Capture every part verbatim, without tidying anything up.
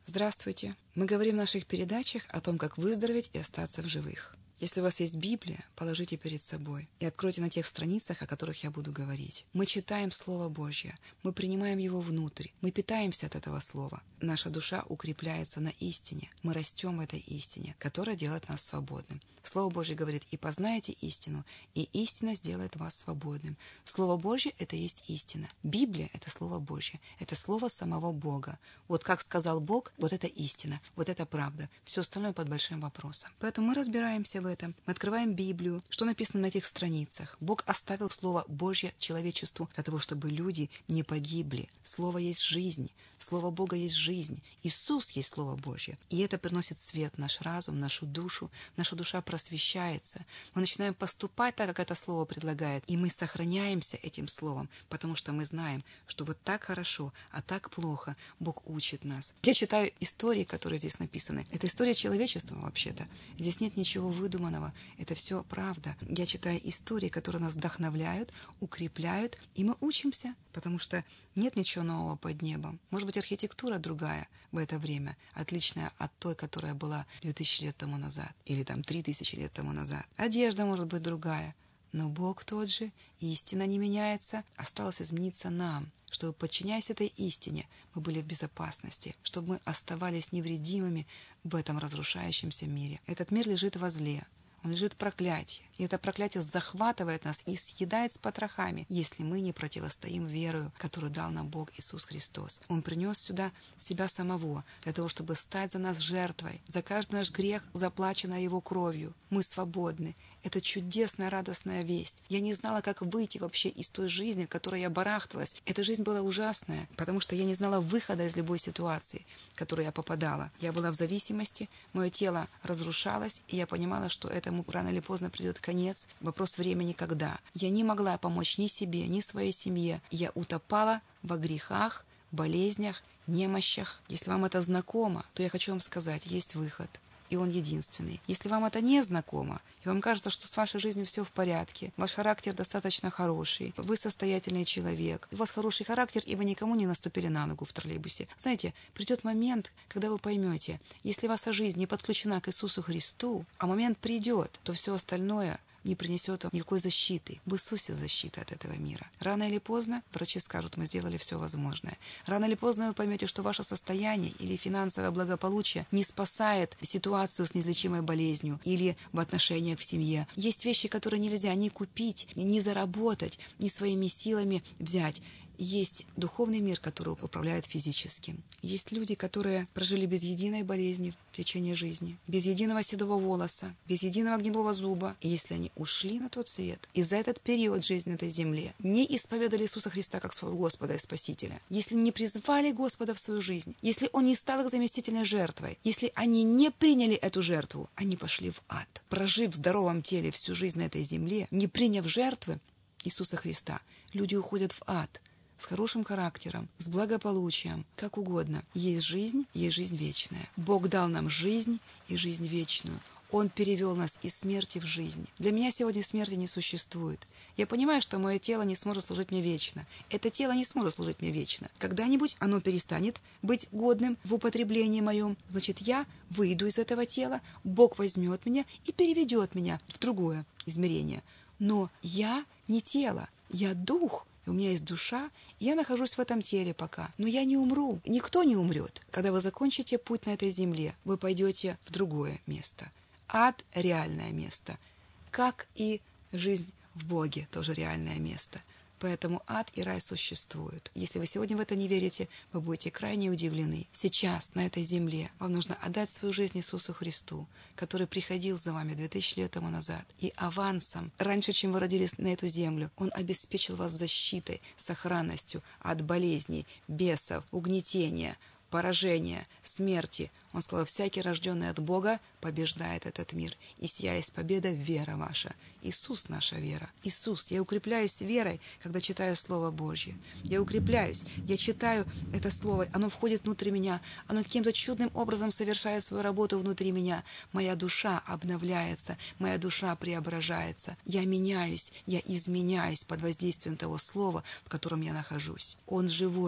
Здравствуйте! Мы говорим в наших передачах о том, как выздороветь и остаться в живых. Если у вас есть Библия, положите перед собой и откройте на тех страницах, о которых я буду говорить. Мы читаем Слово Божье, мы принимаем его внутрь, мы питаемся от этого Слова. Наша душа укрепляется на истине, мы растем в этой истине, которая делает нас свободным. Слово Божье говорит: «И познаете истину, и истина сделает вас свободным». Слово Божье — это есть истина. Библия — это Слово Божье, это Слово самого Бога. Вот как сказал Бог, вот это истина, вот это правда. Все остальное под большим вопросом. Поэтому мы разбираемся в этом. Мы открываем Библию, что написано на этих страницах. Бог оставил Слово Божье человечеству для того, чтобы люди не погибли. Слово есть жизнь. Слово Бога есть жизнь. Иисус есть Слово Божье. И это приносит свет в наш разум, в нашу душу. Наша душа просвещается. Мы начинаем поступать так, как это Слово предлагает. И мы сохраняемся этим Словом, потому что мы знаем, что вот так хорошо, а так плохо Бог учит нас. Я читаю истории, которые здесь написаны. Это история человечества вообще-то. Здесь нет ничего выдуманного. Это все правда. Я читаю истории, которые нас вдохновляют, укрепляют, и мы учимся, потому что нет ничего нового под небом. Может быть, архитектура другая в это время, отличная от той, которая была две тысячи лет тому назад, или там три тысячи лет тому назад. Одежда может быть другая, но Бог тот же, истина не меняется. Осталось измениться нам, чтобы, подчиняясь этой истине, мы были в безопасности, чтобы мы оставались невредимыми в этом разрушающемся мире. Этот мир лежит во зле. Он лежит в проклятии. И это проклятие захватывает нас и съедает с потрохами, если мы не противостоим верою, которую дал нам Бог Иисус Христос. Он принес сюда себя самого, для того, чтобы стать за нас жертвой. За каждый наш грех заплачено Его кровью. Мы свободны. Это чудесная, радостная весть. Я не знала, как выйти вообще из той жизни, в которой я барахталась. Эта жизнь была ужасная, потому что я не знала выхода из любой ситуации, в которую я попадала. Я была в зависимости, мое тело разрушалось, и я понимала, что этому рано или поздно придет конец. Вопрос времени когда. Я не могла помочь ни себе, ни своей семье. Я утопала во грехах, болезнях, немощах. Если вам это знакомо, то я хочу вам сказать, есть выход. И он единственный. Если вам это не знакомо, и вам кажется, что с вашей жизнью все в порядке, ваш характер достаточно хороший, вы состоятельный человек, у вас хороший характер, и вы никому не наступили на ногу в троллейбусе. Знаете, придет момент, когда вы поймете, если ваша жизнь не подключена к Иисусу Христу, а момент придет, то все остальное не принесет вам никакой защиты. В Иисусе защита от этого мира. Рано или поздно врачи скажут: мы сделали все возможное. Рано или поздно вы поймете, что ваше состояние или финансовое благополучие не спасает ситуацию с неизлечимой болезнью или в отношениях в семье. Есть вещи, которые нельзя ни купить, ни заработать, ни своими силами взять. Есть духовный мир, который управляет физическим. Есть люди, которые прожили без единой болезни в течение жизни, без единого седого волоса, без единого гнилого зуба. И если они ушли на тот свет, и за этот период жизни на этой земле не исповедали Иисуса Христа как своего Господа и Спасителя, если не призвали Господа в свою жизнь, если Он не стал их заместительной жертвой, если они не приняли эту жертву, они пошли в ад. Прожив в здоровом теле всю жизнь на этой земле, не приняв жертвы Иисуса Христа, люди уходят в ад. С хорошим характером, с благополучием, как угодно. Есть жизнь, есть жизнь вечная. Бог дал нам жизнь и жизнь вечную. Он перевел нас из смерти в жизнь. Для меня сегодня смерти не существует. Я понимаю, что мое тело не сможет служить мне вечно. Это тело не сможет служить мне вечно. Когда-нибудь оно перестанет быть годным в употреблении моем. Значит, я выйду из этого тела, Бог возьмет меня и переведет меня в другое измерение. Но я не тело, я дух. У меня есть душа, и я нахожусь в этом теле пока. Но я не умру. Никто не умрет. Когда вы закончите путь на этой земле, вы пойдете в другое место. Ад – реальное место. Как и жизнь в Боге – тоже реальное место. Поэтому ад и рай существуют. Если вы сегодня в это не верите, вы будете крайне удивлены. Сейчас, на этой земле, вам нужно отдать свою жизнь Иисусу Христу, который приходил за вами две тысячи лет тому назад. И авансом, раньше, чем вы родились на эту землю, Он обеспечил вас защитой, сохранностью от болезней, бесов, угнетения, поражения, смерти. Он сказал: всякий, рожденный от Бога, побеждает этот мир. И сия есть победа, вера ваша. Иисус — наша вера. Иисус. Я укрепляюсь верой, когда читаю Слово Божье. Я укрепляюсь. Я читаю это Слово. Оно входит внутрь меня. Оно каким-то чудным образом совершает свою работу внутри меня. Моя душа обновляется. Моя душа преображается. Я меняюсь. Я изменяюсь под воздействием того Слова, в котором я нахожусь. Он живой.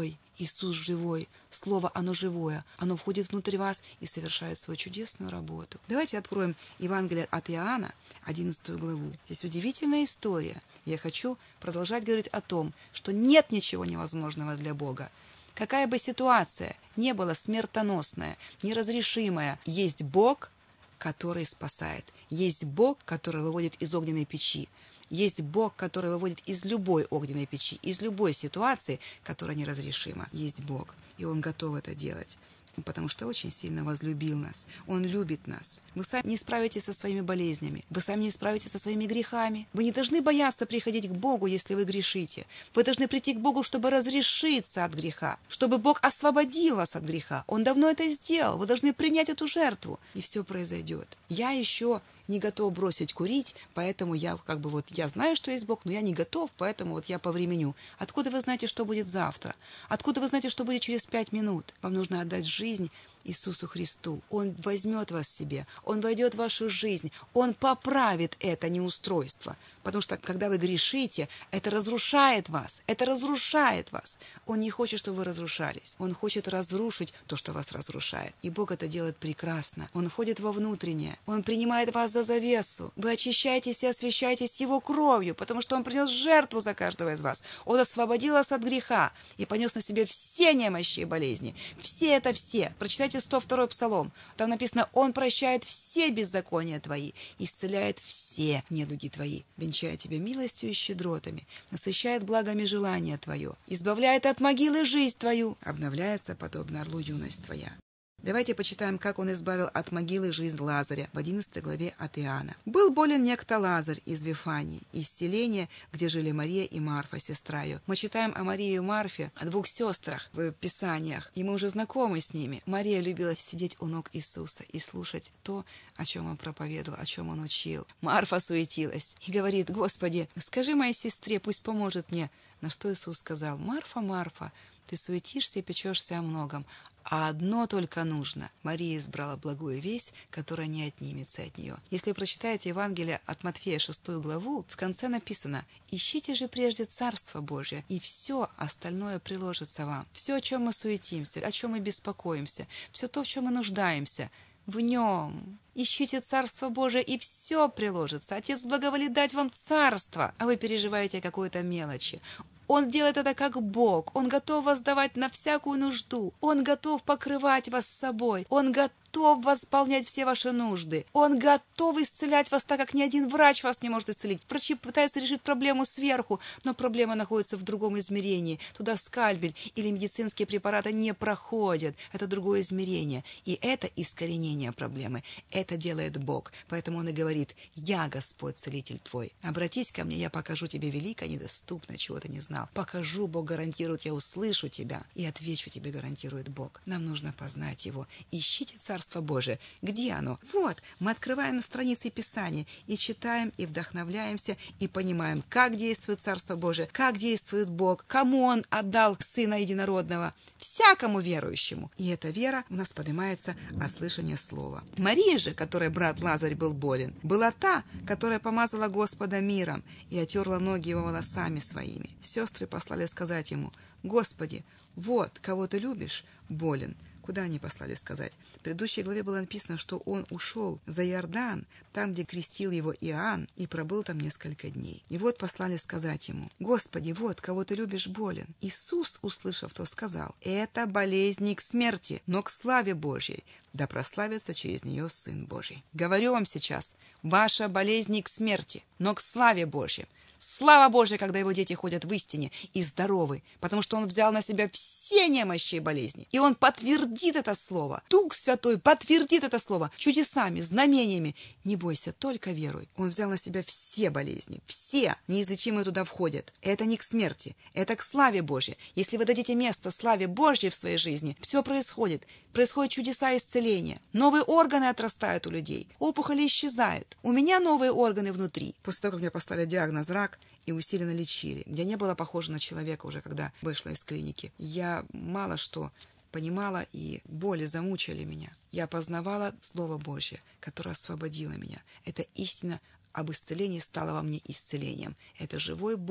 Иисус живой, Слово, оно живое, оно входит внутрь вас и совершает свою чудесную работу. Давайте откроем Евангелие от Иоанна, одиннадцатую главу. Здесь удивительная история. Я хочу продолжать говорить о том, что нет ничего невозможного для Бога. Какая бы ситуация не была смертоносная, неразрешимая, есть Бог, который спасает. Есть Бог, который выводит из огненной печи. Есть Бог, который выводит из любой огненной печи, из любой ситуации, которая неразрешима. Есть Бог, и Он готов это делать, потому что очень сильно возлюбил нас. Он любит нас. Вы сами не справитесь со своими болезнями. Вы сами не справитесь со своими грехами. Вы не должны бояться приходить к Богу, если вы грешите. Вы должны прийти к Богу, чтобы разрешиться от греха, чтобы Бог освободил вас от греха. Он давно это сделал. Вы должны принять эту жертву, и все произойдет. Я еще не готов бросить курить, поэтому я как бы вот, я знаю, что есть Бог, но я не готов, поэтому вот я повременю. Откуда вы знаете, что будет завтра? Откуда вы знаете, что будет через пять минут? Вам нужно отдать жизнь Иисусу Христу. Он возьмет вас себе, Он войдет в вашу жизнь, Он поправит это неустройство. Потому что, когда вы грешите, это разрушает вас, это разрушает вас. Он не хочет, чтобы вы разрушались. Он хочет разрушить то, что вас разрушает. И Бог это делает прекрасно. Он входит во внутреннее, Он принимает вас за завесу. Вы очищаетесь и освящаетесь Его кровью, потому что Он принес жертву за каждого из вас. Он освободил вас от греха и понес на себе все немощи и болезни. Все это все. Прочитайте сто второй Псалом. Там написано: Он прощает все беззакония твои, исцеляет все недуги твои, венчает тебя милостью и щедротами, насыщает благами желание твое, избавляет от могилы жизнь твою, обновляется подобно орлу юность твоя. Давайте почитаем, как Он избавил от могилы жизнь Лазаря в одиннадцатой главе от Иоанна. «Был болен некто Лазарь из Вифании, из селения, где жили Мария и Марфа, сестра ее». Мы читаем о Марии и Марфе, о двух сестрах в Писаниях, и мы уже знакомы с ними. Мария любила сидеть у ног Иисуса и слушать то, о чем Он проповедовал, о чем Он учил. Марфа суетилась и говорит: «Господи, скажи моей сестре, пусть поможет мне». На что Иисус сказал: «Марфа, Марфа, ты суетишься и печешься о многом, а одно только нужно. Мария избрала благую весть, которая не отнимется от нее». Если вы прочитаете Евангелие от Матфея, шестую главу, в конце написано: «Ищите же прежде Царство Божие, и все остальное приложится вам». Все, о чем мы суетимся, о чем мы беспокоимся, все то, в чем мы нуждаемся, в Нем. Ищите Царство Божие, и все приложится. Отец благоволит дать вам Царство, а вы переживаете о какой-то мелочи. Он делает это как Бог. Он готов вас давать на всякую нужду. Он готов покрывать вас собой. Он готов восполнять все ваши нужды. Он готов исцелять вас так, как ни один врач вас не может исцелить. Врачи пытаются решить проблему сверху, но проблема находится в другом измерении. Туда скальпель или медицинские препараты не проходят. Это другое измерение. И это искоренение проблемы. Это делает Бог. Поэтому Он и говорит: «Я Господь, целитель твой. Обратись ко мне, я покажу тебе великое, недоступное, чего ты не знал. Покажу, Бог гарантирует, я услышу тебя и отвечу тебе, гарантирует Бог». Нам нужно познать Его. Ищите Царство Божие. Где оно? Вот, мы открываем на странице Писания и читаем, и вдохновляемся, и понимаем, как действует Царство Божие, как действует Бог, кому Он отдал Сына Единородного, всякому верующему. И эта вера у нас поднимается от слышания слова. Мария же, которой брат Лазарь был болен, была та, которая помазала Господа миром и отерла ноги Его волосами своими. Сестры послали сказать Ему: «Господи, вот, кого ты любишь, болен». Куда они послали сказать? В предыдущей главе было написано, что он ушел за Иордан, там, где крестил его Иоанн, и пробыл там несколько дней. И вот послали сказать ему: «Господи, вот, кого ты любишь, болен». Иисус, услышав то, сказал: «Это болезнь не к смерти, но к славе Божьей, да прославится через нее Сын Божий». Говорю вам сейчас, ваша болезнь не к смерти, но к славе Божьей. Слава Божья, когда Его дети ходят в истине и здоровы, потому что Он взял на себя все немощи и болезни. И Он подтвердит это слово. Дух Святой подтвердит это слово чудесами, знамениями. Не бойся, только веруй. Он взял на себя все болезни. Все неизлечимые туда входят. Это не к смерти, это к славе Божьей. Если вы дадите место славе Божьей в своей жизни, все происходит. Происходят чудеса исцеления. Новые органы отрастают у людей. Опухоли исчезают. У меня новые органы внутри. После того, как мне поставили диагноз рак и усиленно лечили, я не была похожа на человека уже, когда вышла из клиники. Я мало что понимала, и боли замучили меня. Я познавала Слово Божье, которое освободило меня. Это истина об исцелении стало во мне исцелением. Это живой Бог,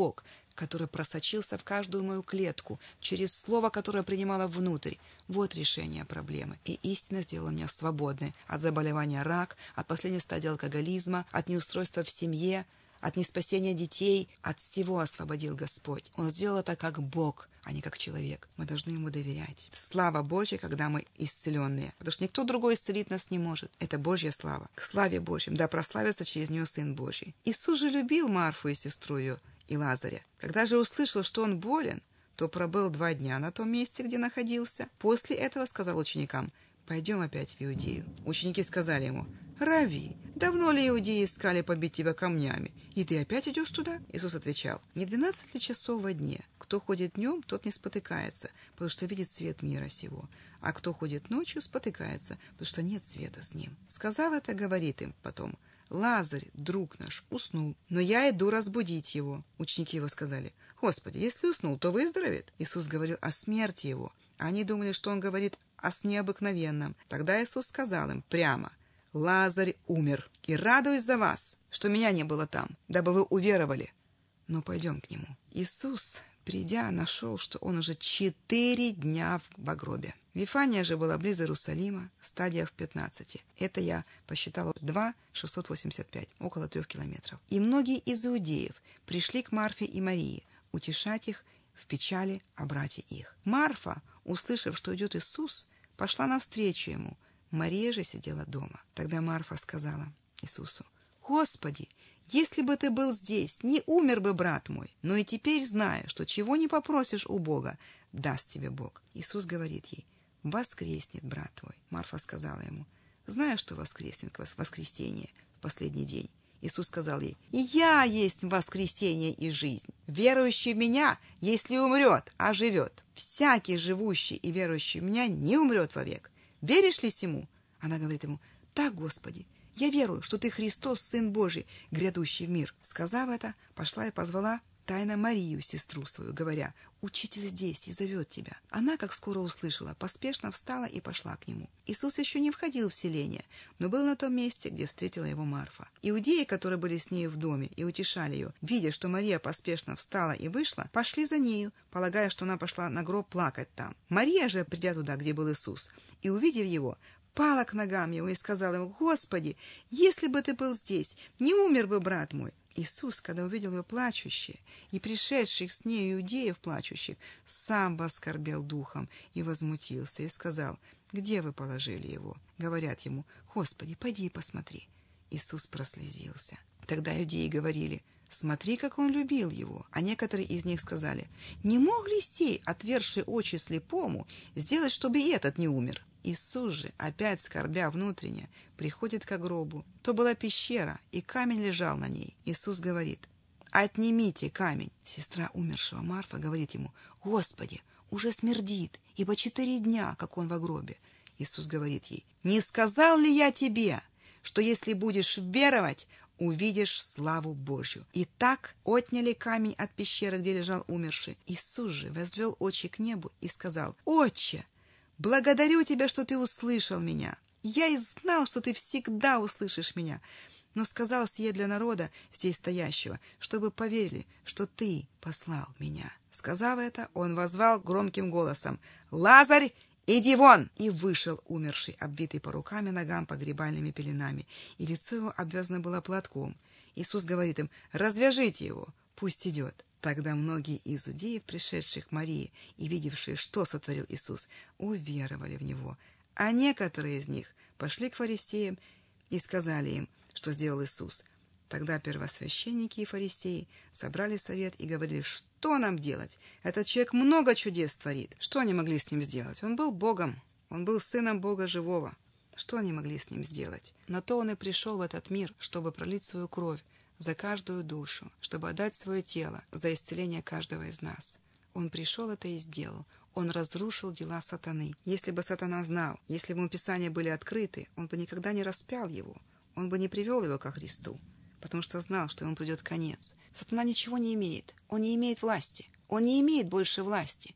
который просочился в каждую мою клетку, через слово, которое принимала внутрь. Вот решение проблемы. И истина сделала меня свободной от заболевания рак, от последней стадии алкоголизма, от неустройства в семье, от неспасения детей, от всего освободил Господь. Он сделал это как Бог, а не как человек. Мы должны Ему доверять. Слава Божья, когда мы исцеленные. Потому что никто другой исцелить нас не может. Это Божья слава. К славе Божьим, да прославится через нее Сын Божий. Иисус же любил Марфу и сестру ее, и Лазаря. Когда же услышал, что он болен, то пробыл два дня на том месте, где находился. После этого сказал ученикам: «Пойдем опять в Иудею». Ученики сказали ему: «Рави, давно ли иудеи искали побить тебя камнями, и ты опять идешь туда?» Иисус отвечал: «Не двенадцать ли часов во дне? Кто ходит днем, тот не спотыкается, потому что видит свет мира сего, а кто ходит ночью, спотыкается, потому что нет света с ним». Сказав это, говорит им потом: «Лазарь, друг наш, уснул, но я иду разбудить его». Ученики его сказали: «Господи, если уснул, то выздоровеет». Иисус говорил о смерти его. Они думали, что он говорит о сне обыкновенном. Тогда Иисус сказал им прямо: «Лазарь умер, и радуюсь за вас, что меня не было там, дабы вы уверовали. Но пойдем к нему». Иисус, придя, нашел, что он уже четыре дня в гробе. Вифания же была близ Иерусалима, стадия в пятнадцати. Это я посчитала два шестьсот восемьдесят пять, около трех километров. И многие из иудеев пришли к Марфе и Марии, утешать их в печали о брате их. Марфа, услышав, что идет Иисус, пошла навстречу ему. Мария же сидела дома. Тогда Марфа сказала Иисусу: «Господи, если бы ты был здесь, не умер бы брат мой. Но и теперь, зная, что чего не попросишь у Бога, даст тебе Бог». Иисус говорит ей: «Воскреснет брат твой». Марфа сказала ему: «Знаю, что воскреснет в воскресенье, в последний день». Иисус сказал ей: «Я есть воскресение и жизнь. Верующий в Меня, если умрет, а живет. Всякий живущий и верующий в Меня не умрет вовек. Веришь ли сему?» Она говорит ему: «Да, Господи, я верую, что Ты Христос, Сын Божий, грядущий в мир». Сказав это, пошла и позвала тайно Марию, сестру свою, говоря: «Учитель здесь и зовет тебя». Она, как скоро услышала, поспешно встала и пошла к нему. Иисус еще не входил в селение, но был на том месте, где встретила его Марфа. Иудеи, которые были с нею в доме и утешали ее, видя, что Мария поспешно встала и вышла, пошли за нею, полагая, что она пошла на гроб плакать там. Мария же, придя туда, где был Иисус, и увидев его, пала к ногам его и сказала ему: «Господи, если бы ты был здесь, не умер бы брат мой». Иисус, когда увидел ее плачущие и пришедших с нею иудеев плачущих, сам воскорбел духом и возмутился и сказал: «Где вы положили его?» Говорят ему: «Господи, пойди и посмотри». Иисус прослезился. Тогда иудеи говорили: «Смотри, как он любил его». А некоторые из них сказали: «Не мог ли сей, отверший очи слепому, сделать, чтобы и этот не умер?» Иисус же, опять скорбя внутренне, приходит к гробу. То была пещера, и камень лежал на ней. Иисус говорит: «Отнимите камень». Сестра умершего Марфа говорит ему: «Господи, уже смердит, ибо четыре дня, как он во гробе». Иисус говорит ей: «Не сказал ли я тебе, что если будешь веровать, увидишь славу Божью?» И так отняли камень от пещеры, где лежал умерший. Иисус же возвел очи к небу и сказал: «Отче, благодарю Тебя, что Ты услышал меня. Я и знал, что Ты всегда услышишь меня, но сказал сие для народа, здесь стоящего, чтобы поверили, что Ты послал меня». Сказав это, Он воззвал громким голосом: «Лазарь, иди вон!» И вышел умерший, обвитый по рукам и ногам погребальными пеленами, и лицо его обвязано было платком. Иисус говорит им: «Развяжите его, пусть идет». Тогда многие из иудеев, пришедших к Марии и видевшие, что сотворил Иисус, уверовали в Него. А некоторые из них пошли к фарисеям и сказали им, что сделал Иисус. Тогда первосвященники и фарисеи собрали совет и говорили: «Что нам делать? Этот человек много чудес творит». Что они могли с ним сделать? Он был Богом, он был Сыном Бога Живого. Что они могли с ним сделать? На то он и пришел в этот мир, чтобы пролить свою кровь за каждую душу, чтобы отдать свое тело за исцеление каждого из нас. Он пришел это и сделал. Он разрушил дела сатаны. Если бы сатана знал, если бы ему Писания были открыты, он бы никогда не распял его, он бы не привел его ко Христу, потому что знал, что ему придет конец. Сатана ничего не имеет, он не имеет власти, он не имеет больше власти.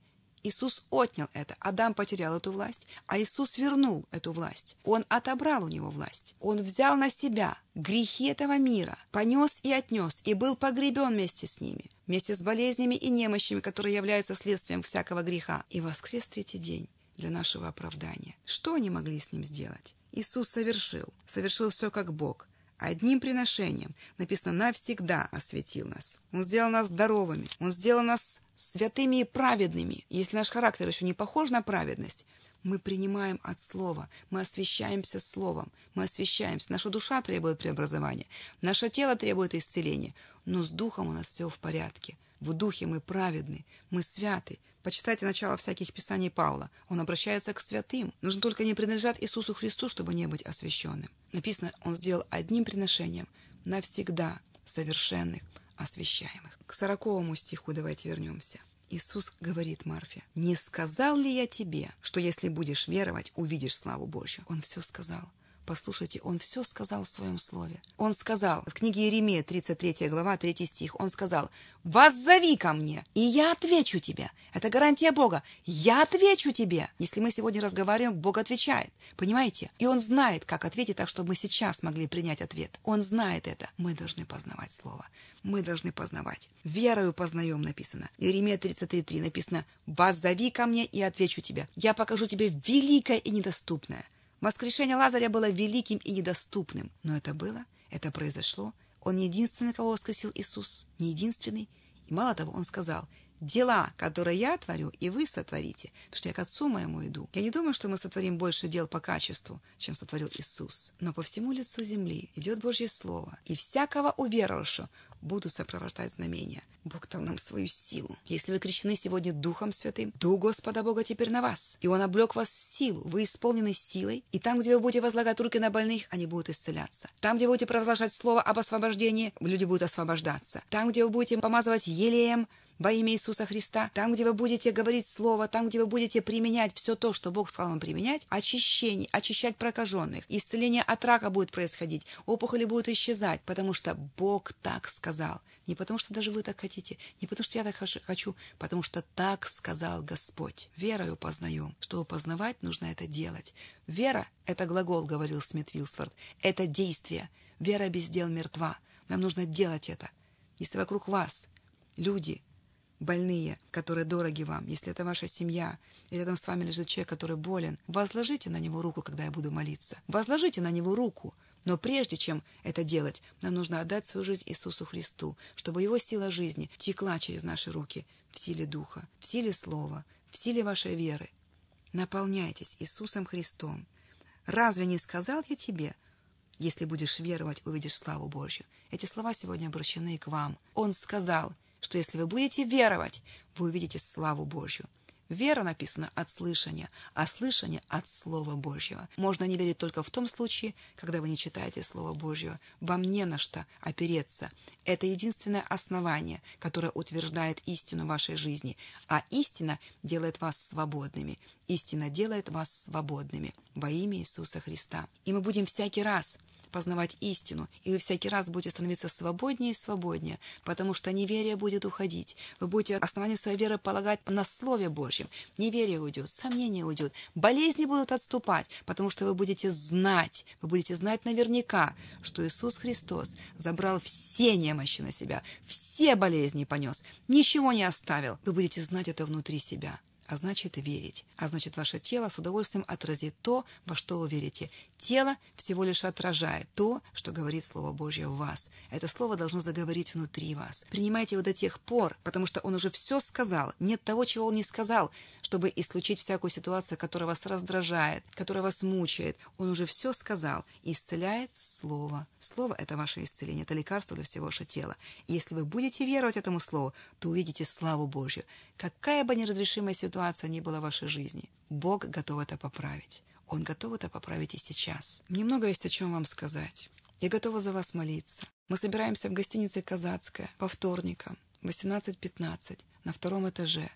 Иисус отнял это. Адам потерял эту власть, а Иисус вернул эту власть. Он отобрал у него власть. Он взял на себя грехи этого мира, понес и отнес, и был погребен вместе с ними, вместе с болезнями и немощами, которые являются следствием всякого греха, и воскрес третий день для нашего оправдания. Что они могли с ним сделать? Иисус совершил, совершил все как Бог. Одним приношением, написано, навсегда осветил нас. Он сделал нас здоровыми, Он сделал нас святыми и праведными. И если наш характер еще не похож на праведность, мы принимаем от Слова, мы освящаемся Словом, мы освящаемся. Наша душа требует преобразования, наше тело требует исцеления, но с Духом у нас все в порядке. В Духе мы праведны, мы святы. Почитайте начало всяких писаний Павла. Он обращается к святым. Нужно только не принадлежать Иисусу Христу, чтобы не быть освященным. Написано, Он сделал одним приношением навсегда совершенных, освящаемых. К сороковому стиху давайте вернемся. Иисус говорит Марфе: «Не сказал ли я тебе, что если будешь веровать, увидишь славу Божью?» Он все сказал. Послушайте, Он все сказал в Своем Слове. Он сказал в книге Иеремии, тридцать третья глава, третий стих, Он сказал: «Воззови ко мне, и я отвечу тебе». Это гарантия Бога. «Я отвечу тебе». Если мы сегодня разговариваем, Бог отвечает. Понимаете? И Он знает, как ответить, так, чтобы мы сейчас могли принять ответ. Он знает это. Мы должны познавать Слово. Мы должны познавать. «Верою познаем» написано. Иеремия тридцать три три написано: «Воззови ко мне, и отвечу тебе. Я покажу тебе великое и недоступное». Воскрешение Лазаря было великим и недоступным. Но это было, это произошло. Он не единственный, кого воскресил Иисус, не единственный. И мало того, Он сказал: «Дела, которые я творю, и вы сотворите, потому что я к Отцу моему иду». Я не думаю, что мы сотворим больше дел по качеству, чем сотворил Иисус. Но по всему лицу земли идет Божье Слово, и всякого уверовавшего будут сопровождать знамения. Бог дал нам свою силу. Если вы крещены сегодня Духом Святым, Дух Господа Бога теперь на вас. И Он облег вас в силу. Вы исполнены силой. И там, где вы будете возлагать руки на больных, они будут исцеляться. Там, где вы будете провозглашать слово об освобождении, люди будут освобождаться. Там, где вы будете помазывать елеем во имя Иисуса Христа, там, где вы будете говорить Слово, там, где вы будете применять все то, что Бог сказал вам применять, очищение, очищать прокаженных, исцеление от рака будет происходить, опухоли будут исчезать, потому что Бог так сказал. Не потому, что даже вы так хотите, не потому, что я так хочу, потому что так сказал Господь. Верою познаем. Чтобы познавать, нужно это делать. Вера – это глагол, говорил Смит Вилсфорд, это действие. Вера без дел мертва. Нам нужно делать это. Если вокруг вас люди больные, которые дороги вам, если это ваша семья, и рядом с вами лежит человек, который болен, возложите на него руку, когда я буду молиться. Возложите на него руку. Но прежде чем это делать, нам нужно отдать свою жизнь Иисусу Христу, чтобы Его сила жизни текла через наши руки в силе Духа, в силе Слова, в силе вашей веры. Наполняйтесь Иисусом Христом. «Разве не сказал я тебе? Если будешь веровать, увидишь славу Божью». Эти слова сегодня обращены к вам. Он сказал, что если вы будете веровать, вы увидите славу Божью. Вера написана от слышания, а слышание от Слова Божьего. Можно не верить только в том случае, когда вы не читаете Слово Божьего. Вам не на что опереться. Это единственное основание, которое утверждает истину в вашей жизни. А истина делает вас свободными. Истина делает вас свободными во имя Иисуса Христа. И мы будем всякий раз познавать истину, и вы всякий раз будете становиться свободнее и свободнее, потому что неверие будет уходить. Вы будете основание своей веры полагать на Слове Божьем. Неверие уйдет, сомнение уйдет, болезни будут отступать, потому что вы будете знать, вы будете знать наверняка, что Иисус Христос забрал все немощи на себя, все болезни понес, ничего не оставил. Вы будете знать это внутри себя. А значит, верить. А значит, ваше тело с удовольствием отразит то, во что вы верите. Тело всего лишь отражает то, что говорит Слово Божье в вас. Это Слово должно заговорить внутри вас. Принимайте его до тех пор, потому что Он уже все сказал. Нет того, чего Он не сказал, чтобы исключить всякую ситуацию, которая вас раздражает, которая вас мучает. Он уже все сказал. Исцеляет Слово. Слово – это ваше исцеление, это лекарство для всего вашего тела. И если вы будете веровать этому Слову, то увидите славу Божью. Какая бы неразрешимая ситуация ни была в вашей жизни, Бог готов это поправить. Он готов это поправить и сейчас. Немного есть о чем вам сказать. Я готова за вас молиться. Мы собираемся в гостинице «Казацкая» по вторникам, восемнадцать пятнадцать, на втором этаже.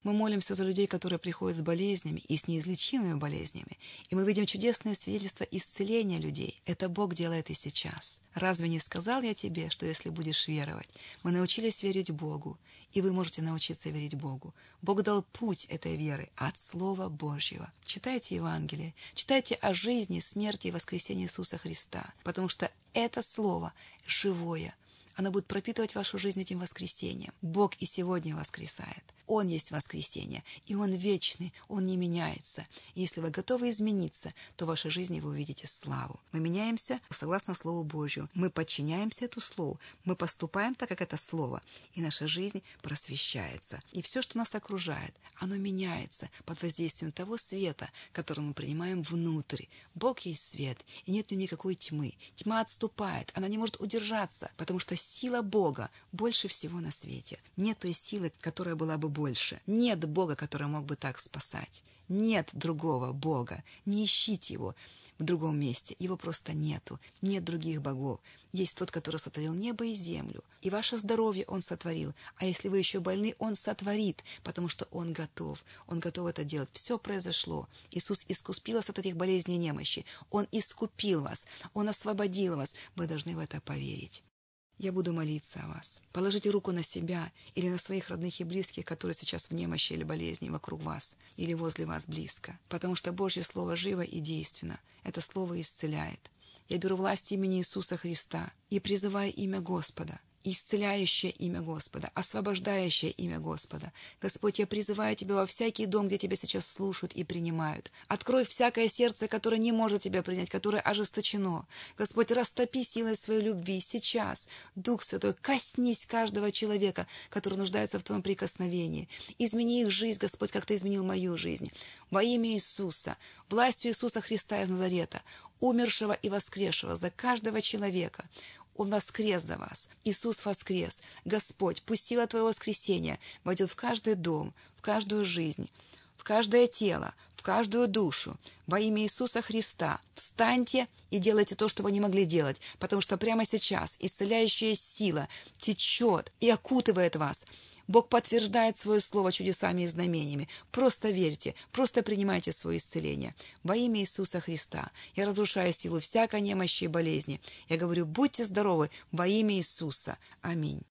Мы молимся за людей, которые приходят с болезнями и с неизлечимыми болезнями, и мы видим чудесные свидетельства исцеления людей. Это Бог делает и сейчас. Разве не сказал я тебе, что если будешь веровать? Мы научились верить Богу, и вы можете научиться верить Богу. Бог дал путь этой веры от Слова Божьего. Читайте Евангелие, читайте о жизни, смерти и воскресении Иисуса Христа, потому что это Слово живое. Оно будет пропитывать вашу жизнь этим воскресением. Бог и сегодня воскресает. Он есть воскресение, и Он вечный, Он не меняется. И если вы готовы измениться, то в вашей жизни вы увидите славу. Мы меняемся согласно Слову Божьему. Мы подчиняемся эту Слову. Мы поступаем так, как это Слово. И наша жизнь просвещается. И все, что нас окружает, оно меняется под воздействием того света, который мы принимаем внутрь. Бог есть свет, и нет в нем никакой тьмы. Тьма отступает, она не может удержаться, потому что сила Бога больше всего на свете. Нет той силы, которая была бы больше. Нет Бога, который мог бы так спасать. Нет другого Бога. Не ищите Его в другом месте. Его просто нету. Нет других богов. Есть тот, который сотворил небо и землю. И ваше здоровье Он сотворил. А если вы еще больны, Он сотворит, потому что Он готов. Он готов это делать. Все произошло. Иисус искупил вас от этих болезней и немощи. Он искупил вас. Он освободил вас. Вы должны в это поверить. Я буду молиться о вас. Положите руку на себя или на своих родных и близких, которые сейчас в немощи или болезни вокруг вас, или возле вас близко. Потому что Божье Слово живо и действенно. Это Слово исцеляет. Я беру власть имени Иисуса Христа и призываю имя Господа, исцеляющее имя Господа, освобождающее имя Господа. Господь, я призываю Тебя во всякий дом, где Тебя сейчас слушают и принимают. Открой всякое сердце, которое не может Тебя принять, которое ожесточено. Господь, растопи силой своей любви сейчас. Дух Святой, коснись каждого человека, который нуждается в Твоем прикосновении. Измени их жизнь, Господь, как Ты изменил мою жизнь. Во имя Иисуса, властью Иисуса Христа из Назарета, умершего и воскресшего за каждого человека, Он воскрес за вас. Иисус воскрес. Господь, пусть сила Твоего воскресения войдет в каждый дом, в каждую жизнь, в каждое тело, в каждую душу. Во имя Иисуса Христа встаньте и делайте то, что вы не могли делать, потому что прямо сейчас исцеляющая сила течет и окутывает вас. Бог подтверждает свое слово чудесами и знамениями. Просто верьте, просто принимайте свое исцеление. Во имя Иисуса Христа я разрушаю силу всякой немощи и болезни. Я говорю, будьте здоровы во имя Иисуса. Аминь.